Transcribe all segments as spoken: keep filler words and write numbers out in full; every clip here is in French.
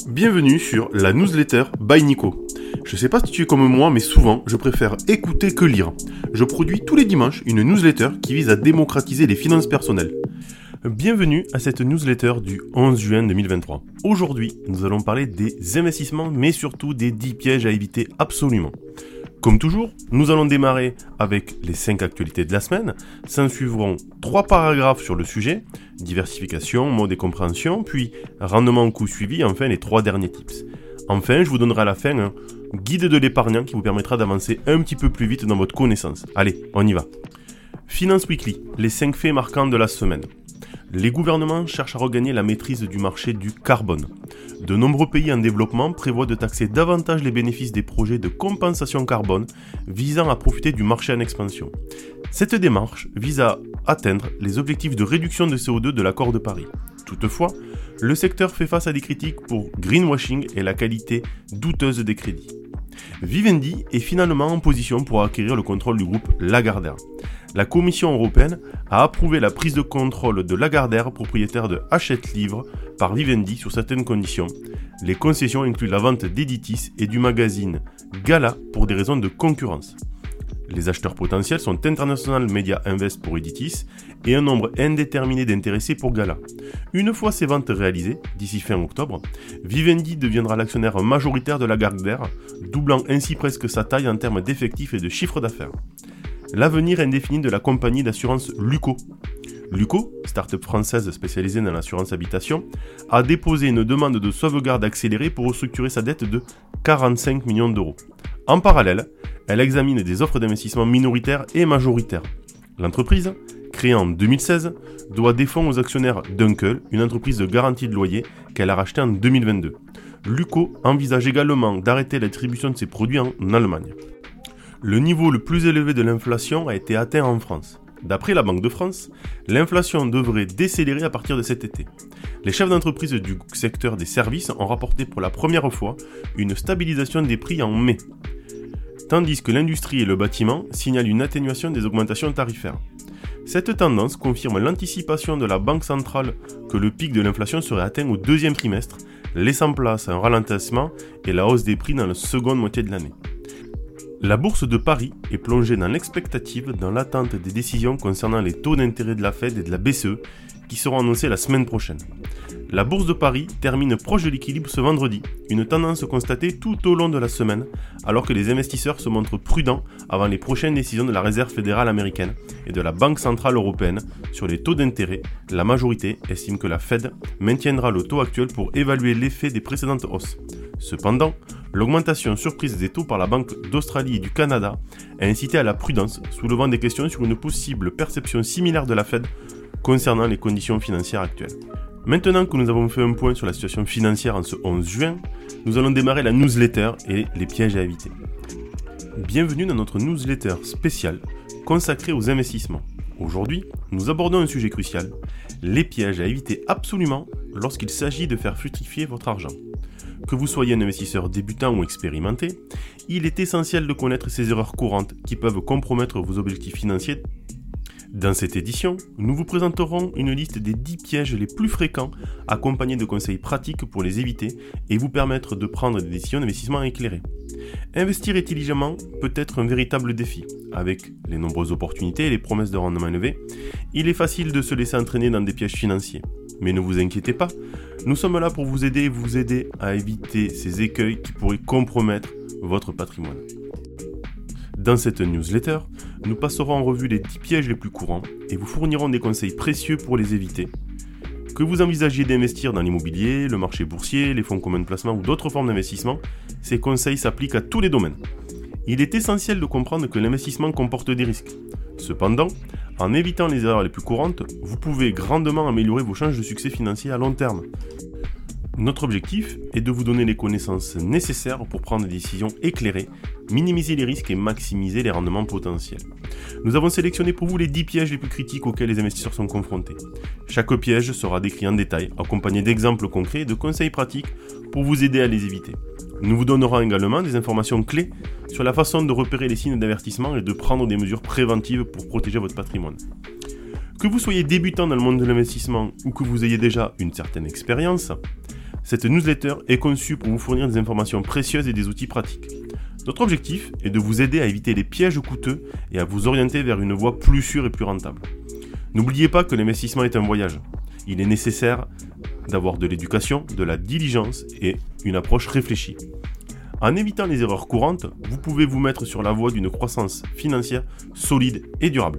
Bienvenue sur la newsletter by Nico. Je sais pas si tu es comme moi, mais souvent, je préfère écouter que lire. Je produis tous les dimanches une newsletter qui vise à démocratiser les finances personnelles. Bienvenue à cette newsletter du onze juin deux mille vingt-trois. Aujourd'hui, nous allons parler des investissements, mais surtout des dix pièges à éviter absolument. Comme toujours, nous allons démarrer avec les cinq actualités de la semaine. S'en suivront trois paragraphes sur le sujet, diversification, mode et compréhension, puis rendement coût suivi, enfin les trois derniers tips. Enfin, je vous donnerai à la fin un guide de l'épargnant qui vous permettra d'avancer un petit peu plus vite dans votre connaissance. Allez, on y va. Finance Weekly, les cinq faits marquants de la semaine. Les gouvernements cherchent à regagner la maîtrise du marché du carbone. De nombreux pays en développement prévoient de taxer davantage les bénéfices des projets de compensation carbone visant à profiter du marché en expansion. Cette démarche vise à atteindre les objectifs de réduction de C O deux de l'accord de Paris. Toutefois, le secteur fait face à des critiques pour greenwashing et la qualité douteuse des crédits. Vivendi est finalement en position pour acquérir le contrôle du groupe Lagardère. La Commission européenne a approuvé la prise de contrôle de Lagardère, propriétaire de Hachette Livres, par Vivendi sur certaines conditions. Les concessions incluent la vente d'Editis et du magazine Gala pour des raisons de concurrence. Les acheteurs potentiels sont International Media Invest pour Editis et un nombre indéterminé d'intéressés pour Gala. Une fois ces ventes réalisées, d'ici fin octobre, Vivendi deviendra l'actionnaire majoritaire de Lagardère, doublant ainsi presque sa taille en termes d'effectifs et de chiffre d'affaires. L'avenir indéfini de la compagnie d'assurance Luco. Luco, start-up française spécialisée dans l'assurance habitation, a déposé une demande de sauvegarde accélérée pour restructurer sa dette de quarante-cinq millions d'euros. En parallèle, elle examine des offres d'investissement minoritaires et majoritaires. L'entreprise, créée en deux mille seize, doit des fonds aux actionnaires d'Uncle, une entreprise de garantie de loyer qu'elle a rachetée en deux mille vingt-deux. Luco envisage également d'arrêter la distribution de ses produits en Allemagne. Le niveau le plus élevé de l'inflation a été atteint en France. D'après la Banque de France, l'inflation devrait décélérer à partir de cet été. Les chefs d'entreprise du secteur des services ont rapporté pour la première fois une stabilisation des prix en mai, tandis que l'industrie et le bâtiment signalent une atténuation des augmentations tarifaires. Cette tendance confirme l'anticipation de la Banque centrale que le pic de l'inflation serait atteint au deuxième trimestre, laissant place à un ralentissement et la hausse des prix dans la seconde moitié de l'année. La bourse de Paris est plongée dans l'expectative dans l'attente des décisions concernant les taux d'intérêt de la Fed et de la B C E qui seront annoncées la semaine prochaine. La bourse de Paris termine proche de l'équilibre ce vendredi, une tendance constatée tout au long de la semaine, alors que les investisseurs se montrent prudents avant les prochaines décisions de la Réserve fédérale américaine et de la Banque centrale européenne sur les taux d'intérêt. La majorité estime que la Fed maintiendra le taux actuel pour évaluer l'effet des précédentes hausses. Cependant, l'augmentation surprise des taux par la Banque d'Australie et du Canada a incité à la prudence, soulevant des questions sur une possible perception similaire de la Fed concernant les conditions financières actuelles. Maintenant que nous avons fait un point sur la situation financière en ce onze juin, nous allons démarrer la newsletter et les pièges à éviter. Bienvenue dans notre newsletter spéciale consacrée aux investissements. Aujourd'hui, nous abordons un sujet crucial, les pièges à éviter absolument lorsqu'il s'agit de faire fructifier votre argent. Que vous soyez un investisseur débutant ou expérimenté, il est essentiel de connaître ces erreurs courantes qui peuvent compromettre vos objectifs financiers. Dans cette édition, nous vous présenterons une liste des dix pièges les plus fréquents, accompagnés de conseils pratiques pour les éviter et vous permettre de prendre des décisions d'investissement éclairées. Investir intelligemment peut être un véritable défi. Avec les nombreuses opportunités et les promesses de rendement élevés, il est facile de se laisser entraîner dans des pièges financiers. Mais ne vous inquiétez pas, nous sommes là pour vous aider et vous aider à éviter ces écueils qui pourraient compromettre votre patrimoine. Dans cette newsletter, nous passerons en revue les dix pièges les plus courants et vous fournirons des conseils précieux pour les éviter. Que vous envisagiez d'investir dans l'immobilier, le marché boursier, les fonds communs de placement ou d'autres formes d'investissement, ces conseils s'appliquent à tous les domaines. Il est essentiel de comprendre que l'investissement comporte des risques. Cependant, en évitant les erreurs les plus courantes, vous pouvez grandement améliorer vos chances de succès financier à long terme. Notre objectif est de vous donner les connaissances nécessaires pour prendre des décisions éclairées, minimiser les risques et maximiser les rendements potentiels. Nous avons sélectionné pour vous les dix pièges les plus critiques auxquels les investisseurs sont confrontés. Chaque piège sera décrit en détail, accompagné d'exemples concrets et de conseils pratiques pour vous aider à les éviter. Nous vous donnerons également des informations clés sur la façon de repérer les signes d'avertissement et de prendre des mesures préventives pour protéger votre patrimoine. Que vous soyez débutant dans le monde de l'investissement ou que vous ayez déjà une certaine expérience, Cette newsletter est conçue pour vous fournir des informations précieuses et des outils pratiques. Notre objectif est de vous aider à éviter les pièges coûteux et à vous orienter vers une voie plus sûre et plus rentable. N'oubliez pas que l'investissement est un voyage. Il est nécessaire d'avoir de l'éducation, de la diligence et une approche réfléchie. En évitant les erreurs courantes, vous pouvez vous mettre sur la voie d'une croissance financière solide et durable.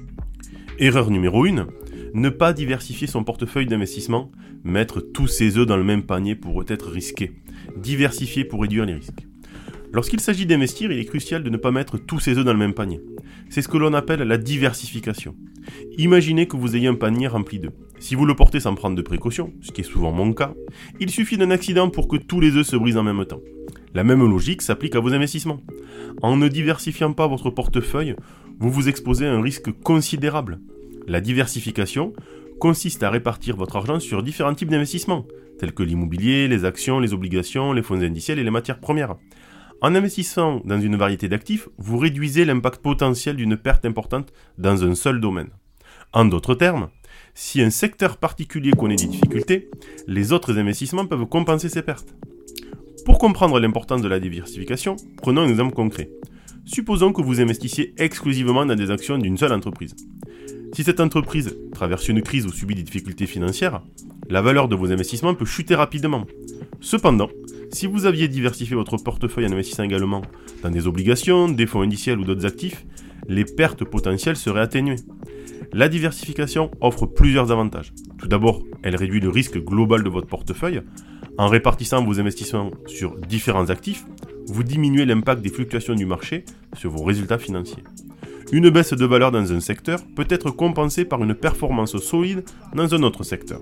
Erreur numéro un, ne pas diversifier son portefeuille d'investissement. Mettre tous ses œufs dans le même panier pourrait être risqué. Diversifier pour réduire les risques. Lorsqu'il s'agit d'investir, il est crucial de ne pas mettre tous ses œufs dans le même panier. C'est ce que l'on appelle la diversification. Imaginez que vous ayez un panier rempli d'œufs. Si vous le portez sans prendre de précautions, ce qui est souvent mon cas, il suffit d'un accident pour que tous les œufs se brisent en même temps. La même logique s'applique à vos investissements. En ne diversifiant pas votre portefeuille, vous vous exposez à un risque considérable. La diversification consiste à répartir votre argent sur différents types d'investissements, tels que l'immobilier, les actions, les obligations, les fonds indiciels et les matières premières. En investissant dans une variété d'actifs, vous réduisez l'impact potentiel d'une perte importante dans un seul domaine. En d'autres termes, si un secteur particulier connaît des difficultés, les autres investissements peuvent compenser ces pertes. Pour comprendre l'importance de la diversification, prenons un exemple concret. Supposons que vous investissiez exclusivement dans des actions d'une seule entreprise. Si cette entreprise traverse une crise ou subit des difficultés financières, la valeur de vos investissements peut chuter rapidement. Cependant, si vous aviez diversifié votre portefeuille en investissant également dans des obligations, des fonds indiciels ou d'autres actifs, les pertes potentielles seraient atténuées. La diversification offre plusieurs avantages. Tout d'abord, elle réduit le risque global de votre portefeuille. En répartissant vos investissements sur différents actifs, vous diminuez l'impact des fluctuations du marché sur vos résultats financiers. Une baisse de valeur dans un secteur peut être compensée par une performance solide dans un autre secteur.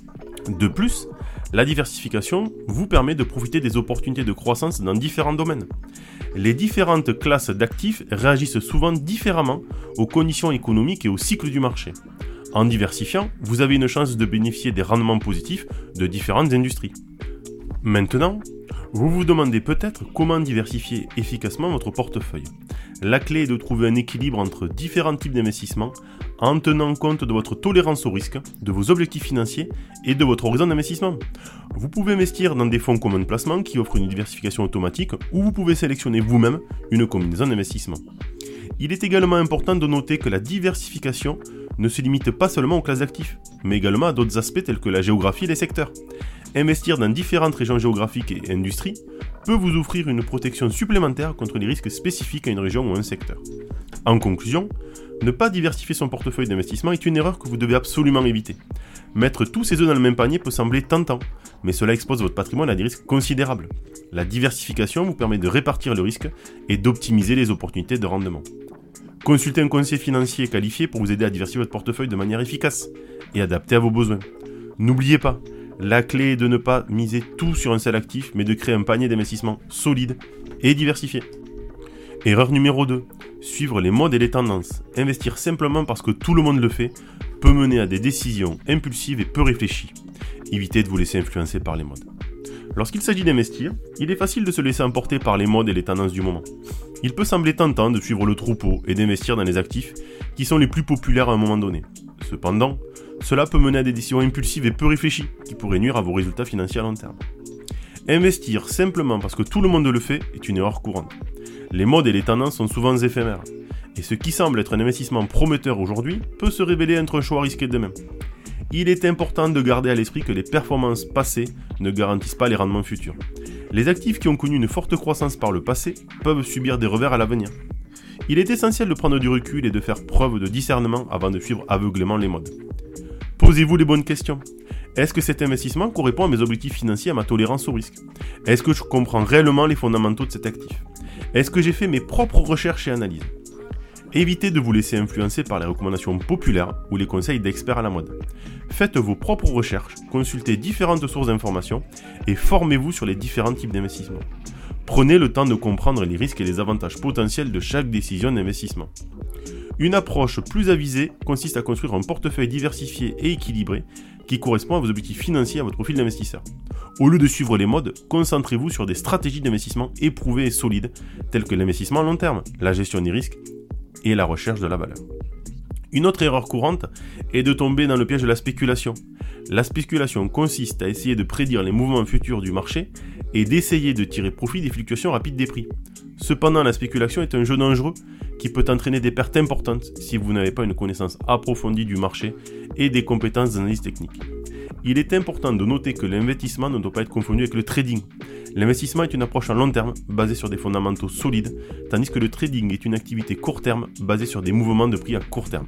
De plus, la diversification vous permet de profiter des opportunités de croissance dans différents domaines. Les différentes classes d'actifs réagissent souvent différemment aux conditions économiques et au cycle du marché. En diversifiant, vous avez une chance de bénéficier des rendements positifs de différentes industries. Maintenant, vous vous demandez peut-être comment diversifier efficacement votre portefeuille. La clé est de trouver un équilibre entre différents types d'investissements en tenant compte de votre tolérance au risque, de vos objectifs financiers et de votre horizon d'investissement. Vous pouvez investir dans des fonds communs de placement qui offrent une diversification automatique ou vous pouvez sélectionner vous-même une combinaison d'investissements. Il est également important de noter que la diversification ne se limite pas seulement aux classes d'actifs, mais également à d'autres aspects tels que la géographie et les secteurs. Investir dans différentes régions géographiques et industries peut vous offrir une protection supplémentaire contre les risques spécifiques à une région ou à un secteur. En conclusion, ne pas diversifier son portefeuille d'investissement est une erreur que vous devez absolument éviter. Mettre tous ses œufs dans le même panier peut sembler tentant, mais cela expose votre patrimoine à des risques considérables. La diversification vous permet de répartir le risque et d'optimiser les opportunités de rendement. Consultez un conseiller financier qualifié pour vous aider à diversifier votre portefeuille de manière efficace et adaptée à vos besoins. N'oubliez pas, la clé est de ne pas miser tout sur un seul actif, mais de créer un panier d'investissement solide et diversifié. Erreur numéro deux. Suivre les modes et les tendances. Investir simplement parce que tout le monde le fait peut mener à des décisions impulsives et peu réfléchies. Évitez de vous laisser influencer par les modes. Lorsqu'il s'agit d'investir, il est facile de se laisser emporter par les modes et les tendances du moment. Il peut sembler tentant de suivre le troupeau et d'investir dans les actifs qui sont les plus populaires à un moment donné. Cependant, cela peut mener à des décisions impulsives et peu réfléchies qui pourraient nuire à vos résultats financiers à long terme. Investir simplement parce que tout le monde le fait est une erreur courante. Les modes et les tendances sont souvent éphémères, et ce qui semble être un investissement prometteur aujourd'hui peut se révéler être un choix risqué demain. Il est important de garder à l'esprit que les performances passées ne garantissent pas les rendements futurs. Les actifs qui ont connu une forte croissance par le passé peuvent subir des revers à l'avenir. Il est essentiel de prendre du recul et de faire preuve de discernement avant de suivre aveuglément les modes. Posez-vous les bonnes questions. Est-ce que cet investissement correspond à mes objectifs financiers et à ma tolérance au risque ? Est-ce que je comprends réellement les fondamentaux de cet actif ? Est-ce que j'ai fait mes propres recherches et analyses ? Évitez de vous laisser influencer par les recommandations populaires ou les conseils d'experts à la mode. Faites vos propres recherches, consultez différentes sources d'informations et formez-vous sur les différents types d'investissements. Prenez le temps de comprendre les risques et les avantages potentiels de chaque décision d'investissement. Une approche plus avisée consiste à construire un portefeuille diversifié et équilibré qui correspond à vos objectifs financiers et à votre profil d'investisseur. Au lieu de suivre les modes, concentrez-vous sur des stratégies d'investissement éprouvées et solides, telles que l'investissement à long terme, la gestion des risques et la recherche de la valeur. Une autre erreur courante est de tomber dans le piège de la spéculation. La spéculation consiste à essayer de prédire les mouvements futurs du marché et d'essayer de tirer profit des fluctuations rapides des prix. Cependant, la spéculation est un jeu dangereux qui peut entraîner des pertes importantes si vous n'avez pas une connaissance approfondie du marché et des compétences d'analyse technique. Il est important de noter que l'investissement ne doit pas être confondu avec le trading. L'investissement est une approche à long terme basée sur des fondamentaux solides, tandis que le trading est une activité court terme basée sur des mouvements de prix à court terme.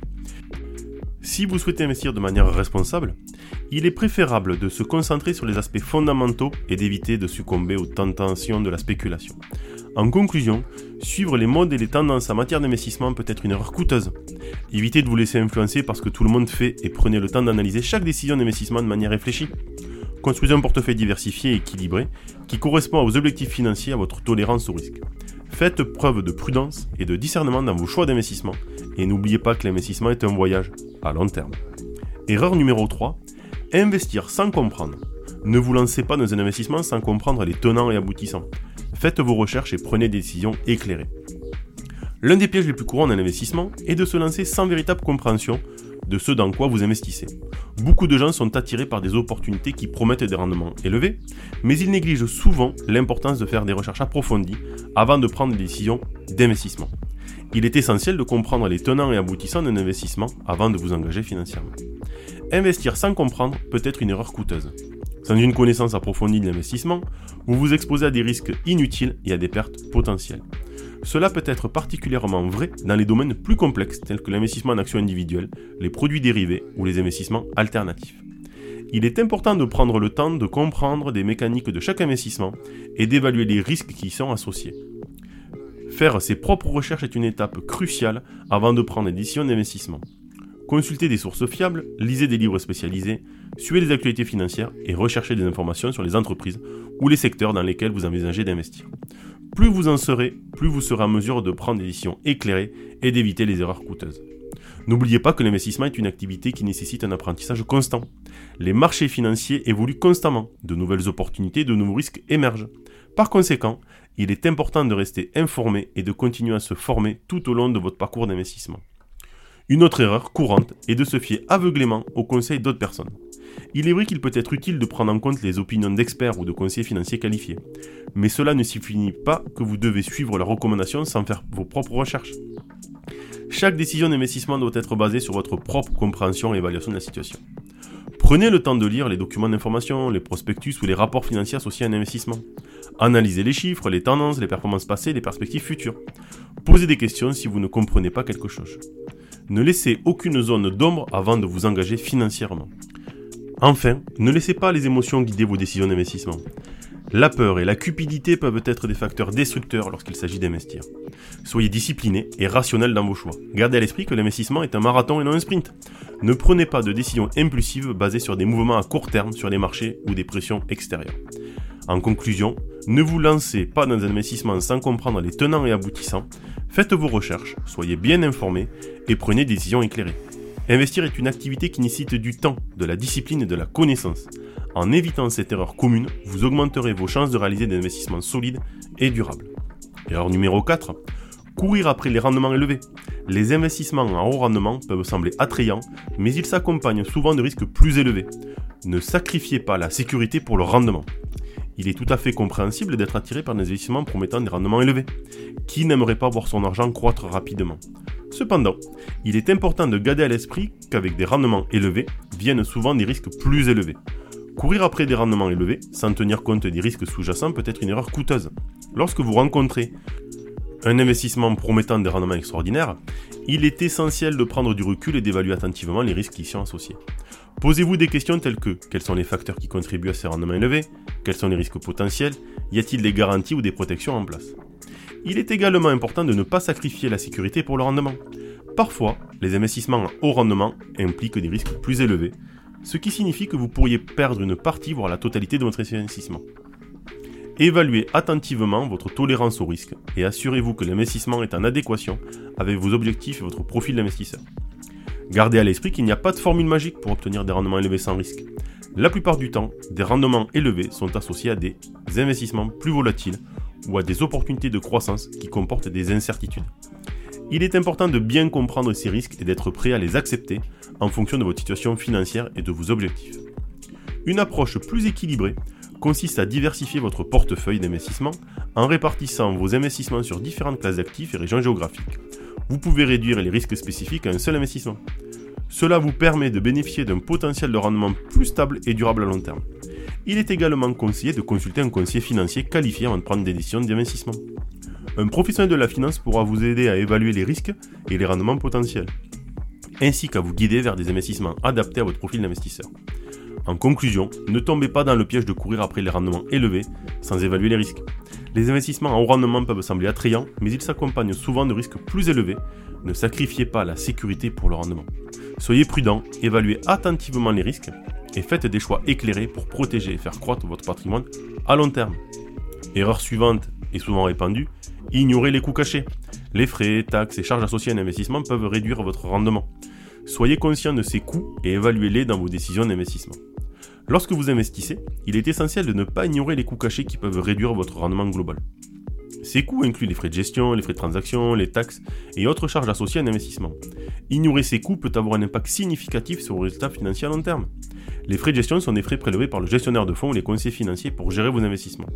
Si vous souhaitez investir de manière responsable, il est préférable de se concentrer sur les aspects fondamentaux et d'éviter de succomber aux tentations de la spéculation. En conclusion, suivre les modes et les tendances en matière d'investissement peut être une erreur coûteuse. Évitez de vous laisser influencer parce que tout le monde fait et prenez le temps d'analyser chaque décision d'investissement de manière réfléchie. Construisez un portefeuille diversifié et équilibré qui correspond à vos objectifs financiers et à votre tolérance au risque. Faites preuve de prudence et de discernement dans vos choix d'investissement et n'oubliez pas que l'investissement est un voyage à long terme. Erreur numéro trois, investir sans comprendre. Ne vous lancez pas dans un investissement sans comprendre les tenants et aboutissants. Faites vos recherches et prenez des décisions éclairées. L'un des pièges les plus courants dans l'investissement est de se lancer sans véritable compréhension de ce dans quoi vous investissez. Beaucoup de gens sont attirés par des opportunités qui promettent des rendements élevés, mais ils négligent souvent l'importance de faire des recherches approfondies avant de prendre des décisions d'investissement. Il est essentiel de comprendre les tenants et aboutissants d'un investissement avant de vous engager financièrement. Investir sans comprendre peut être une erreur coûteuse. Sans une connaissance approfondie de l'investissement, vous vous exposez à des risques inutiles et à des pertes potentielles. Cela peut être particulièrement vrai dans les domaines plus complexes tels que l'investissement en actions individuelles, les produits dérivés ou les investissements alternatifs. Il est important de prendre le temps de comprendre des mécaniques de chaque investissement et d'évaluer les risques qui y sont associés. Faire ses propres recherches est une étape cruciale avant de prendre des décisions d'investissement. Consultez des sources fiables, lisez des livres spécialisés, suivez les actualités financières et recherchez des informations sur les entreprises ou les secteurs dans lesquels vous envisagez d'investir. Plus vous en serez, plus vous serez en mesure de prendre des décisions éclairées et d'éviter les erreurs coûteuses. N'oubliez pas que l'investissement est une activité qui nécessite un apprentissage constant. Les marchés financiers évoluent constamment, de nouvelles opportunités, de nouveaux risques émergent. Par conséquent, il est important de rester informé et de continuer à se former tout au long de votre parcours d'investissement. Une autre erreur courante est de se fier aveuglément aux conseils d'autres personnes. Il est vrai qu'il peut être utile de prendre en compte les opinions d'experts ou de conseillers financiers qualifiés, mais cela ne signifie pas que vous devez suivre leurs recommandations sans faire vos propres recherches. Chaque décision d'investissement doit être basée sur votre propre compréhension et évaluation de la situation. Prenez le temps de lire les documents d'information, les prospectus ou les rapports financiers associés à un investissement. Analysez les chiffres, les tendances, les performances passées, les perspectives futures. Posez des questions si vous ne comprenez pas quelque chose. Ne laissez aucune zone d'ombre avant de vous engager financièrement. Enfin, ne laissez pas les émotions guider vos décisions d'investissement. La peur et la cupidité peuvent être des facteurs destructeurs lorsqu'il s'agit d'investir. Soyez discipliné et rationnel dans vos choix. Gardez à l'esprit que l'investissement est un marathon et non un sprint. Ne prenez pas de décisions impulsives basées sur des mouvements à court terme sur les marchés ou des pressions extérieures. En conclusion, ne vous lancez pas dans un investissement sans comprendre les tenants et aboutissants. Faites vos recherches, soyez bien informés et prenez des décisions éclairées. Investir est une activité qui nécessite du temps, de la discipline et de la connaissance. En évitant cette erreur commune, vous augmenterez vos chances de réaliser des investissements solides et durables. Erreur numéro quatre. Courir après les rendements élevés. Les investissements en haut rendement peuvent sembler attrayants, mais ils s'accompagnent souvent de risques plus élevés. Ne sacrifiez pas la sécurité pour le rendement. Il est tout à fait compréhensible d'être attiré par des investissements promettant des rendements élevés. Qui n'aimerait pas voir son argent croître rapidement ? Cependant, il est important de garder à l'esprit qu'avec des rendements élevés viennent souvent des risques plus élevés. Courir après des rendements élevés, sans tenir compte des risques sous-jacents, peut être une erreur coûteuse. Lorsque vous rencontrez un investissement promettant des rendements extraordinaires, il est essentiel de prendre du recul et d'évaluer attentivement les risques qui y sont associés. Posez-vous des questions telles que quels sont les facteurs qui contribuent à ces rendements élevés, quels sont les risques potentiels, y a-t-il des garanties ou des protections en place. Il est également important de ne pas sacrifier la sécurité pour le rendement. Parfois, les investissements à haut rendement impliquent des risques plus élevés, ce qui signifie que vous pourriez perdre une partie, voire la totalité de votre investissement. Évaluez attentivement votre tolérance au risque et assurez-vous que l'investissement est en adéquation avec vos objectifs et votre profil d'investisseur. Gardez à l'esprit qu'il n'y a pas de formule magique pour obtenir des rendements élevés sans risque. La plupart du temps, des rendements élevés sont associés à des investissements plus volatiles ou à des opportunités de croissance qui comportent des incertitudes. Il est important de bien comprendre ces risques et d'être prêt à les accepter en fonction de votre situation financière et de vos objectifs. Une approche plus équilibrée consiste à diversifier votre portefeuille d'investissement en répartissant vos investissements sur différentes classes d'actifs et régions géographiques. Vous pouvez réduire les risques spécifiques à un seul investissement. Cela vous permet de bénéficier d'un potentiel de rendement plus stable et durable à long terme. Il est également conseillé de consulter un conseiller financier qualifié avant de prendre des décisions d'investissement. Un professionnel de la finance pourra vous aider à évaluer les risques et les rendements potentiels, ainsi qu'à vous guider vers des investissements adaptés à votre profil d'investisseur. En conclusion, ne tombez pas dans le piège de courir après les rendements élevés sans évaluer les risques. Les investissements en haut rendement peuvent sembler attrayants, mais ils s'accompagnent souvent de risques plus élevés. Ne sacrifiez pas la sécurité pour le rendement. Soyez prudent, évaluez attentivement les risques et faites des choix éclairés pour protéger et faire croître votre patrimoine à long terme. Erreur suivante et souvent répandue, ignorez les coûts cachés. Les frais, taxes et charges associées à un investissement peuvent réduire votre rendement. Soyez conscient de ces coûts et évaluez-les dans vos décisions d'investissement. Lorsque vous investissez, il est essentiel de ne pas ignorer les coûts cachés qui peuvent réduire votre rendement global. Ces coûts incluent les frais de gestion, les frais de transaction, les taxes et autres charges associées à un investissement. Ignorer ces coûts peut avoir un impact significatif sur vos résultats financiers à long terme. Les frais de gestion sont des frais prélevés par le gestionnaire de fonds ou les conseillers financiers pour gérer vos investissements.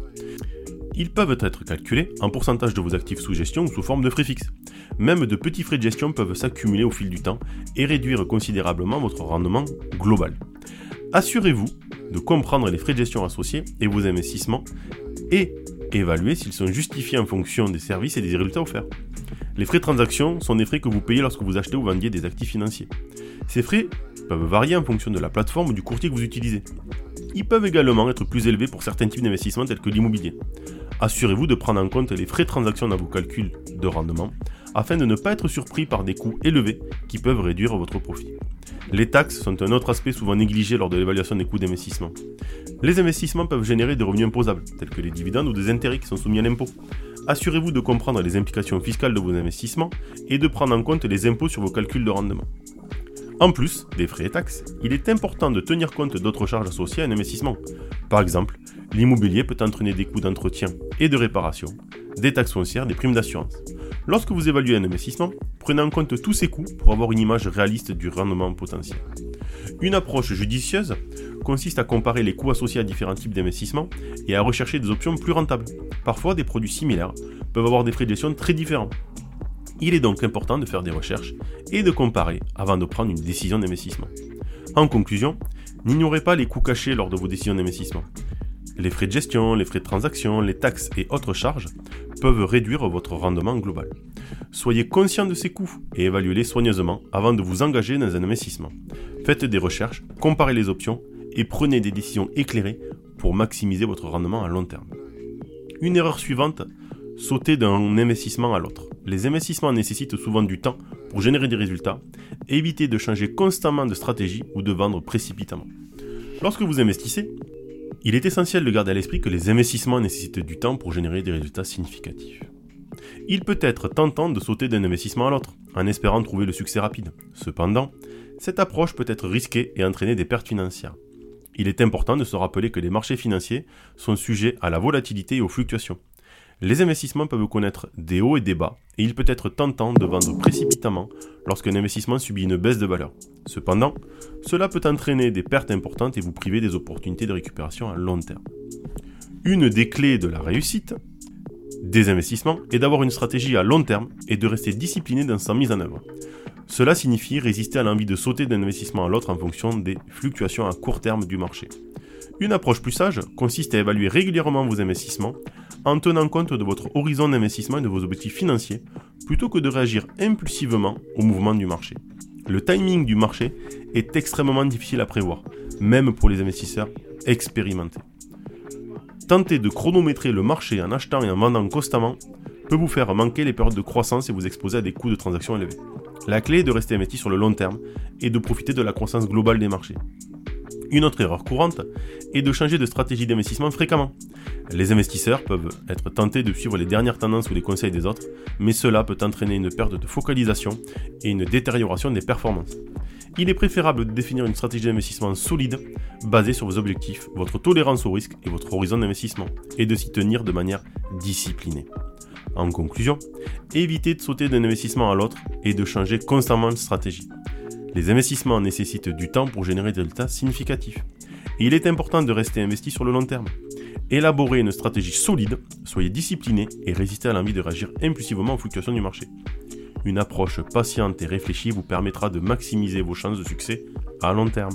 Ils peuvent être calculés en pourcentage de vos actifs sous gestion ou sous forme de frais fixes. Même de petits frais de gestion peuvent s'accumuler au fil du temps et réduire considérablement votre rendement global. Assurez-vous de comprendre les frais de gestion associés et vos investissements et évaluez s'ils sont justifiés en fonction des services et des résultats offerts. Les frais de transaction sont des frais que vous payez lorsque vous achetez ou vendiez des actifs financiers. Ces frais peuvent varier en fonction de la plateforme ou du courtier que vous utilisez. Ils peuvent également être plus élevés pour certains types d'investissements tels que l'immobilier. Assurez-vous de prendre en compte les frais de transaction dans vos calculs de rendement afin de ne pas être surpris par des coûts élevés qui peuvent réduire votre profit. Les taxes sont un autre aspect souvent négligé lors de l'évaluation des coûts d'investissement. Les investissements peuvent générer des revenus imposables, tels que les dividendes ou des intérêts qui sont soumis à l'impôt. Assurez-vous de comprendre les implications fiscales de vos investissements et de prendre en compte les impôts sur vos calculs de rendement. En plus des frais et taxes, il est important de tenir compte d'autres charges associées à un investissement. Par exemple, l'immobilier peut entraîner des coûts d'entretien et de réparation, des taxes foncières, des primes d'assurance. Lorsque vous évaluez un investissement, prenez en compte tous ces coûts pour avoir une image réaliste du rendement potentiel. Une approche judicieuse consiste à comparer les coûts associés à différents types d'investissements et à rechercher des options plus rentables. Parfois, des produits similaires peuvent avoir des frais de gestion très différents. Il est donc important de faire des recherches et de comparer avant de prendre une décision d'investissement. En conclusion, n'ignorez pas les coûts cachés lors de vos décisions d'investissement. Les frais de gestion, les frais de transaction, les taxes et autres charges peuvent réduire votre rendement global. Soyez conscient de ces coûts et évaluez-les soigneusement avant de vous engager dans un investissement. Faites des recherches, comparez les options et prenez des décisions éclairées pour maximiser votre rendement à long terme. Une erreur suivante, sauter d'un investissement à l'autre. Les investissements nécessitent souvent du temps pour générer des résultats. Évitez de changer constamment de stratégie ou de vendre précipitamment. Lorsque vous investissez, il est essentiel de garder à l'esprit que les investissements nécessitent du temps pour générer des résultats significatifs. Il peut être tentant de sauter d'un investissement à l'autre, en espérant trouver le succès rapide. Cependant, cette approche peut être risquée et entraîner des pertes financières. Il est important de se rappeler que les marchés financiers sont sujets à la volatilité et aux fluctuations. Les investissements peuvent connaître des hauts et des bas, et il peut être tentant de vendre précipitamment lorsqu'un investissement subit une baisse de valeur. Cependant, cela peut entraîner des pertes importantes et vous priver des opportunités de récupération à long terme. Une des clés de la réussite des investissements est d'avoir une stratégie à long terme et de rester discipliné dans sa mise en œuvre. Cela signifie résister à l'envie de sauter d'un investissement à l'autre en fonction des fluctuations à court terme du marché. Une approche plus sage consiste à évaluer régulièrement vos investissements en tenant compte de votre horizon d'investissement et de vos objectifs financiers plutôt que de réagir impulsivement au mouvement du marché. Le timing du marché est extrêmement difficile à prévoir, même pour les investisseurs expérimentés. Tenter de chronométrer le marché en achetant et en vendant constamment peut vous faire manquer les périodes de croissance et vous exposer à des coûts de transaction élevés. La clé est de rester investi sur le long terme et de profiter de la croissance globale des marchés. Une autre erreur courante est de changer de stratégie d'investissement fréquemment. Les investisseurs peuvent être tentés de suivre les dernières tendances ou les conseils des autres, mais cela peut entraîner une perte de focalisation et une détérioration des performances. Il est préférable de définir une stratégie d'investissement solide, basée sur vos objectifs, votre tolérance au risque et votre horizon d'investissement, et de s'y tenir de manière disciplinée. En conclusion, évitez de sauter d'un investissement à l'autre et de changer constamment de stratégie. Les investissements nécessitent du temps pour générer des résultats significatifs. et il est important de rester investi sur le long terme. Élaborez une stratégie solide, soyez discipliné et résistez à l'envie de réagir impulsivement aux fluctuations du marché. Une approche patiente et réfléchie vous permettra de maximiser vos chances de succès à long terme.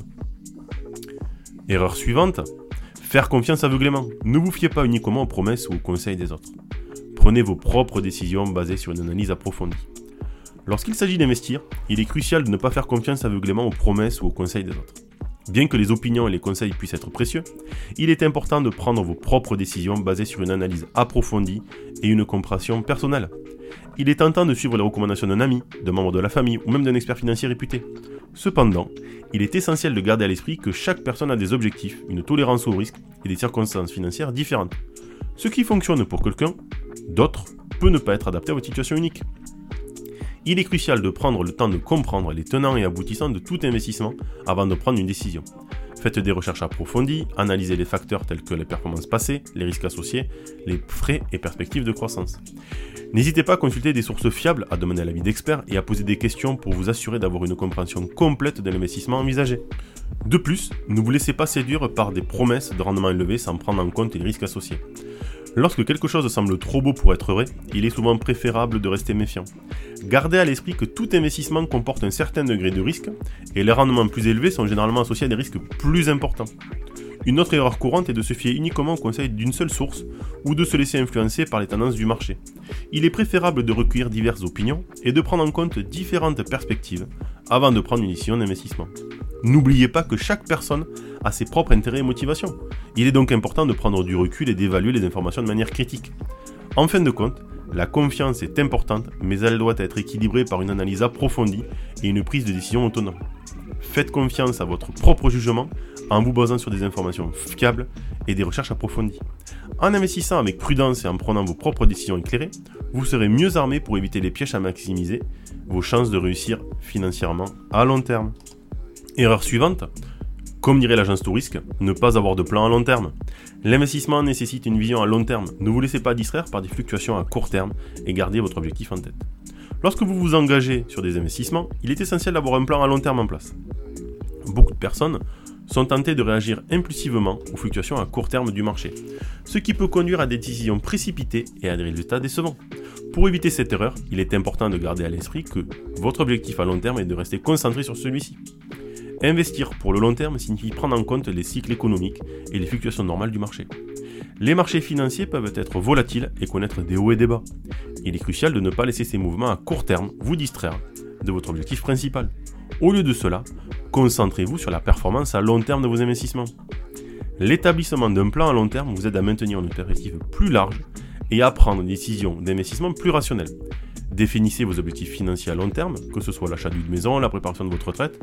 Erreur suivante, faire confiance aveuglément. Ne vous fiez pas uniquement aux promesses ou aux conseils des autres. Prenez vos propres décisions basées sur une analyse approfondie. Lorsqu'il s'agit d'investir, il est crucial de ne pas faire confiance aveuglément aux promesses ou aux conseils des autres. Bien que les opinions et les conseils puissent être précieux, il est important de prendre vos propres décisions basées sur une analyse approfondie et une compréhension personnelle. Il est tentant de suivre les recommandations d'un ami, d'un membre de la famille ou même d'un expert financier réputé. Cependant, il est essentiel de garder à l'esprit que chaque personne a des objectifs, une tolérance au risque et des circonstances financières différentes. Ce qui fonctionne pour quelqu'un, d'autres, peut ne pas être adapté à votre situation unique. Il est crucial de prendre le temps de comprendre les tenants et aboutissants de tout investissement avant de prendre une décision. Faites des recherches approfondies, analysez les facteurs tels que les performances passées, les risques associés, les frais et perspectives de croissance. N'hésitez pas à consulter des sources fiables, à demander l'avis d'experts et à poser des questions pour vous assurer d'avoir une compréhension complète de l'investissement envisagé. De plus, ne vous laissez pas séduire par des promesses de rendement élevé sans prendre en compte les risques associés. Lorsque quelque chose semble trop beau pour être vrai, il est souvent préférable de rester méfiant. Gardez à l'esprit que tout investissement comporte un certain degré de risque et les rendements plus élevés sont généralement associés à des risques plus importants. Une autre erreur courante est de se fier uniquement aux conseils d'une seule source ou de se laisser influencer par les tendances du marché. Il est préférable de recueillir diverses opinions et de prendre en compte différentes perspectives avant de prendre une décision d'investissement. N'oubliez pas que chaque personne a ses propres intérêts et motivations. Il est donc important de prendre du recul et d'évaluer les informations de manière critique. En fin de compte, la confiance est importante, mais elle doit être équilibrée par une analyse approfondie et une prise de décision autonome. Faites confiance à votre propre jugement en vous basant sur des informations fiables et des recherches approfondies. En investissant avec prudence et en prenant vos propres décisions éclairées, vous serez mieux armé pour éviter les pièges à maximiser vos chances de réussir financièrement à long terme. Erreur suivante, comme dirait l'agence Tourisque, ne pas avoir de plan à long terme. L'investissement nécessite une vision à long terme. Ne vous laissez pas distraire par des fluctuations à court terme et gardez votre objectif en tête. Lorsque vous vous engagez sur des investissements, il est essentiel d'avoir un plan à long terme en place. Beaucoup de personnes sont tentées de réagir impulsivement aux fluctuations à court terme du marché, ce qui peut conduire à des décisions précipitées et à des résultats décevants. Pour éviter cette erreur, il est important de garder à l'esprit que votre objectif à long terme est de rester concentré sur celui-ci. Investir pour le long terme signifie prendre en compte les cycles économiques et les fluctuations normales du marché. Les marchés financiers peuvent être volatiles et connaître des hauts et des bas. Il est crucial de ne pas laisser ces mouvements à court terme vous distraire de votre objectif principal. Au lieu de cela, concentrez-vous sur la performance à long terme de vos investissements. L'établissement d'un plan à long terme vous aide à maintenir une perspective plus large et à prendre des décisions d'investissement plus rationnelles. Définissez vos objectifs financiers à long terme, que ce soit l'achat d'une maison, la préparation de votre retraite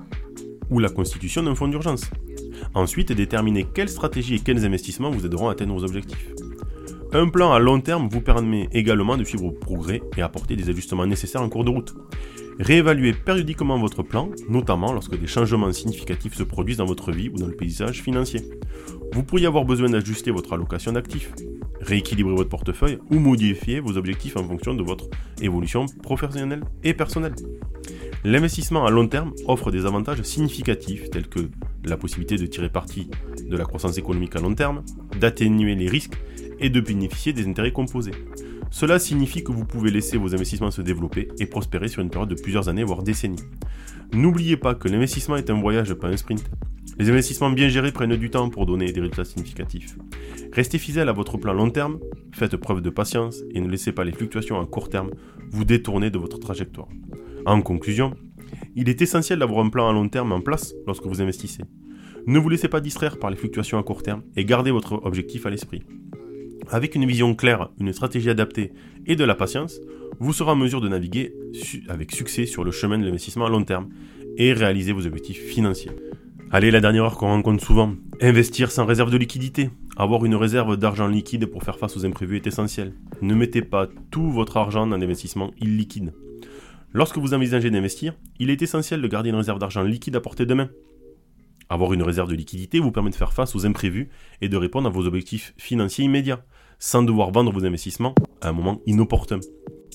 ou la constitution d'un fonds d'urgence. Ensuite, déterminez quelles stratégies et quels investissements vous aideront à atteindre vos objectifs. Un plan à long terme vous permet également de suivre vos progrès et apporter des ajustements nécessaires en cours de route. Réévaluez périodiquement votre plan, notamment lorsque des changements significatifs se produisent dans votre vie ou dans le paysage financier. Vous pourriez avoir besoin d'ajuster votre allocation d'actifs, rééquilibrer votre portefeuille ou modifier vos objectifs en fonction de votre évolution professionnelle et personnelle. L'investissement à long terme offre des avantages significatifs tels que la possibilité de tirer parti de la croissance économique à long terme, d'atténuer les risques et de bénéficier des intérêts composés. Cela signifie que vous pouvez laisser vos investissements se développer et prospérer sur une période de plusieurs années voire décennies. N'oubliez pas que l'investissement est un voyage, pas un sprint. Les investissements bien gérés prennent du temps pour donner des résultats significatifs. Restez fidèle à votre plan long terme, faites preuve de patience et ne laissez pas les fluctuations à court terme vous détourner de votre trajectoire. En conclusion, il est essentiel d'avoir un plan à long terme en place lorsque vous investissez. Ne vous laissez pas distraire par les fluctuations à court terme et gardez votre objectif à l'esprit. Avec une vision claire, une stratégie adaptée et de la patience, vous serez en mesure de naviguer su- avec succès sur le chemin de l'investissement à long terme et réaliser vos objectifs financiers. Allez, la dernière erreur qu'on rencontre souvent, investir sans réserve de liquidité. Avoir une réserve d'argent liquide pour faire face aux imprévus est essentiel. Ne mettez pas tout votre argent dans l'investissement illiquide. Lorsque vous envisagez d'investir, il est essentiel de garder une réserve d'argent liquide à portée de main. Avoir une réserve de liquidité vous permet de faire face aux imprévus et de répondre à vos objectifs financiers immédiats, sans devoir vendre vos investissements à un moment inopportun.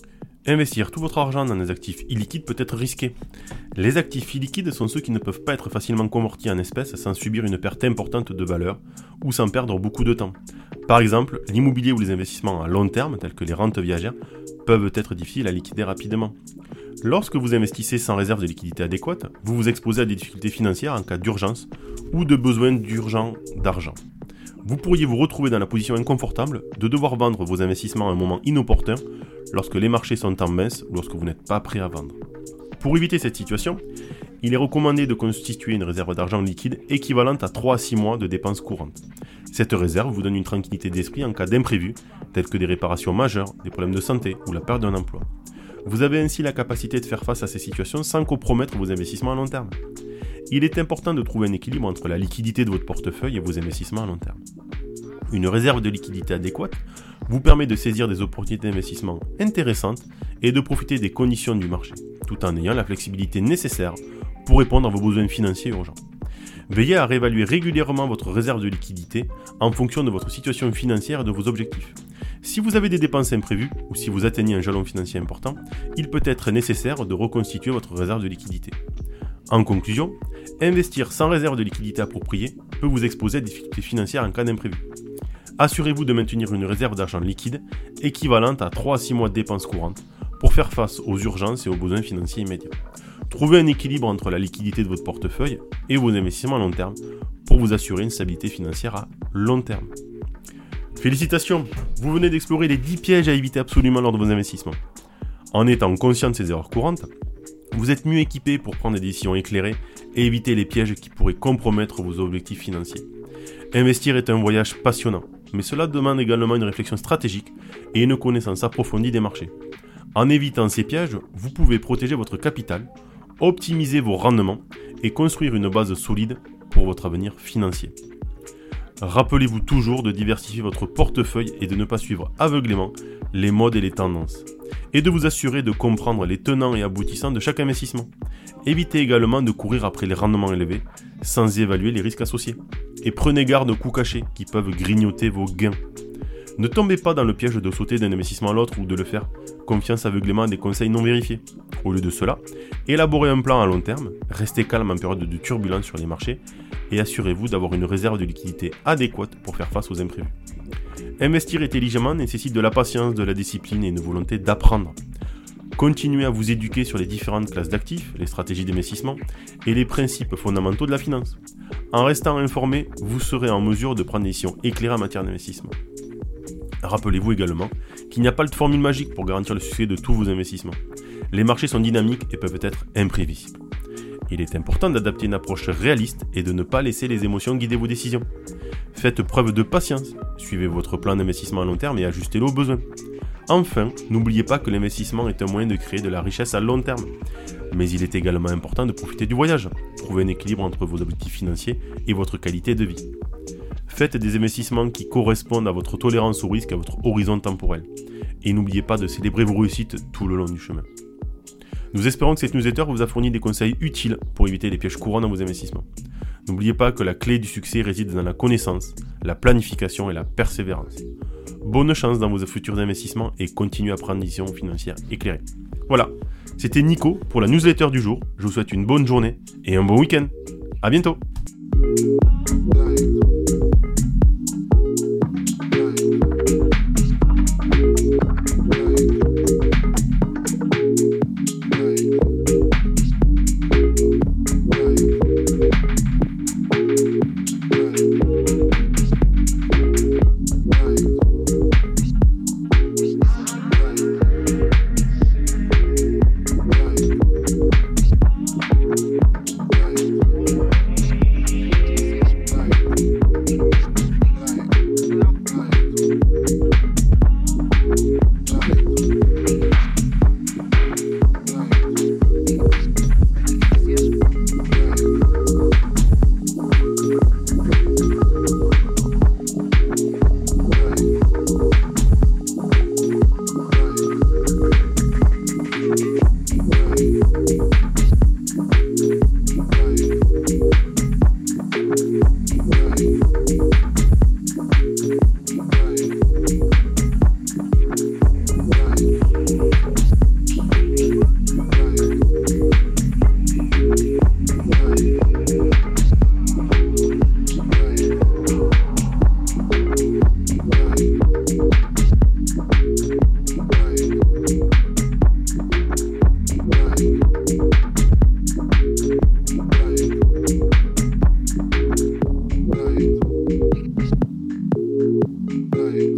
Investir tout votre argent dans des actifs illiquides peut être risqué. Les actifs illiquides sont ceux qui ne peuvent pas être facilement convertis en espèces sans subir une perte importante de valeur ou sans perdre beaucoup de temps. Par exemple, l'immobilier ou les investissements à long terme, tels que les rentes viagères, peuvent être difficiles à liquider rapidement. Lorsque vous investissez sans réserve de liquidité adéquate, vous vous exposez à des difficultés financières en cas d'urgence ou de besoin d'urgent d'argent. Vous pourriez vous retrouver dans la position inconfortable de devoir vendre vos investissements à un moment inopportun lorsque les marchés sont en baisse ou lorsque vous n'êtes pas prêt à vendre. Pour éviter cette situation, il est recommandé de constituer une réserve d'argent liquide équivalente à trois à six mois de dépenses courantes. Cette réserve vous donne une tranquillité d'esprit en cas d'imprévus, tels que des réparations majeures, des problèmes de santé ou la perte d'un emploi. Vous avez ainsi la capacité de faire face à ces situations sans compromettre vos investissements à long terme. Il est important de trouver un équilibre entre la liquidité de votre portefeuille et vos investissements à long terme. Une réserve de liquidité adéquate vous permet de saisir des opportunités d'investissement intéressantes et de profiter des conditions du marché, tout en ayant la flexibilité nécessaire pour répondre à vos besoins financiers urgents. Veillez à réévaluer régulièrement votre réserve de liquidité en fonction de votre situation financière et de vos objectifs. Si vous avez des dépenses imprévues ou si vous atteignez un jalon financier important, il peut être nécessaire de reconstituer votre réserve de liquidité. En conclusion, investir sans réserve de liquidité appropriée peut vous exposer à des difficultés financières en cas d'imprévu. Assurez-vous de maintenir une réserve d'argent liquide équivalente à trois à six mois de dépenses courantes pour faire face aux urgences et aux besoins financiers immédiats. Trouvez un équilibre entre la liquidité de votre portefeuille et vos investissements à long terme pour vous assurer une stabilité financière à long terme. Félicitations, vous venez d'explorer les dix pièges à éviter absolument lors de vos investissements. En étant conscient de ces erreurs courantes, vous êtes mieux équipé pour prendre des décisions éclairées et éviter les pièges qui pourraient compromettre vos objectifs financiers. Investir est un voyage passionnant, mais cela demande également une réflexion stratégique et une connaissance approfondie des marchés. En évitant ces pièges, vous pouvez protéger votre capital, optimiser vos rendements et construire une base solide pour votre avenir financier. Rappelez-vous toujours de diversifier votre portefeuille et de ne pas suivre aveuglément les modes et les tendances, et de vous assurer de comprendre les tenants et aboutissants de chaque investissement. Évitez également de courir après les rendements élevés sans évaluer les risques associés, et prenez garde aux coûts cachés qui peuvent grignoter vos gains. Ne tombez pas dans le piège de sauter d'un investissement à l'autre ou de le faire confiance aveuglément à des conseils non vérifiés. Au lieu de cela, élaborez un plan à long terme, restez calme en période de turbulence sur les marchés et assurez-vous d'avoir une réserve de liquidité adéquate pour faire face aux imprévus. Investir intelligemment nécessite de la patience, de la discipline et une volonté d'apprendre. Continuez à vous éduquer sur les différentes classes d'actifs, les stratégies d'investissement et les principes fondamentaux de la finance. En restant informé, vous serez en mesure de prendre des décisions éclairées en matière d'investissement. Rappelez-vous également qu'il n'y a pas de formule magique pour garantir le succès de tous vos investissements. Les marchés sont dynamiques et peuvent être imprévisibles. Il est important d'adapter une approche réaliste et de ne pas laisser les émotions guider vos décisions. Faites preuve de patience, suivez votre plan d'investissement à long terme et ajustez-le aux besoins. Enfin, n'oubliez pas que l'investissement est un moyen de créer de la richesse à long terme. Mais il est également important de profiter du voyage. Trouvez un équilibre entre vos objectifs financiers et votre qualité de vie. Faites des investissements qui correspondent à votre tolérance au risque et à votre horizon temporel. Et n'oubliez pas de célébrer vos réussites tout le long du chemin. Nous espérons que cette newsletter vous a fourni des conseils utiles pour éviter les pièges courants dans vos investissements. N'oubliez pas que la clé du succès réside dans la connaissance, la planification et la persévérance. Bonne chance dans vos futurs investissements et continuez à prendre des décisions financières éclairées. Voilà, c'était Nico pour la newsletter du jour. Je vous souhaite une bonne journée et un bon week-end. À bientôt. Like,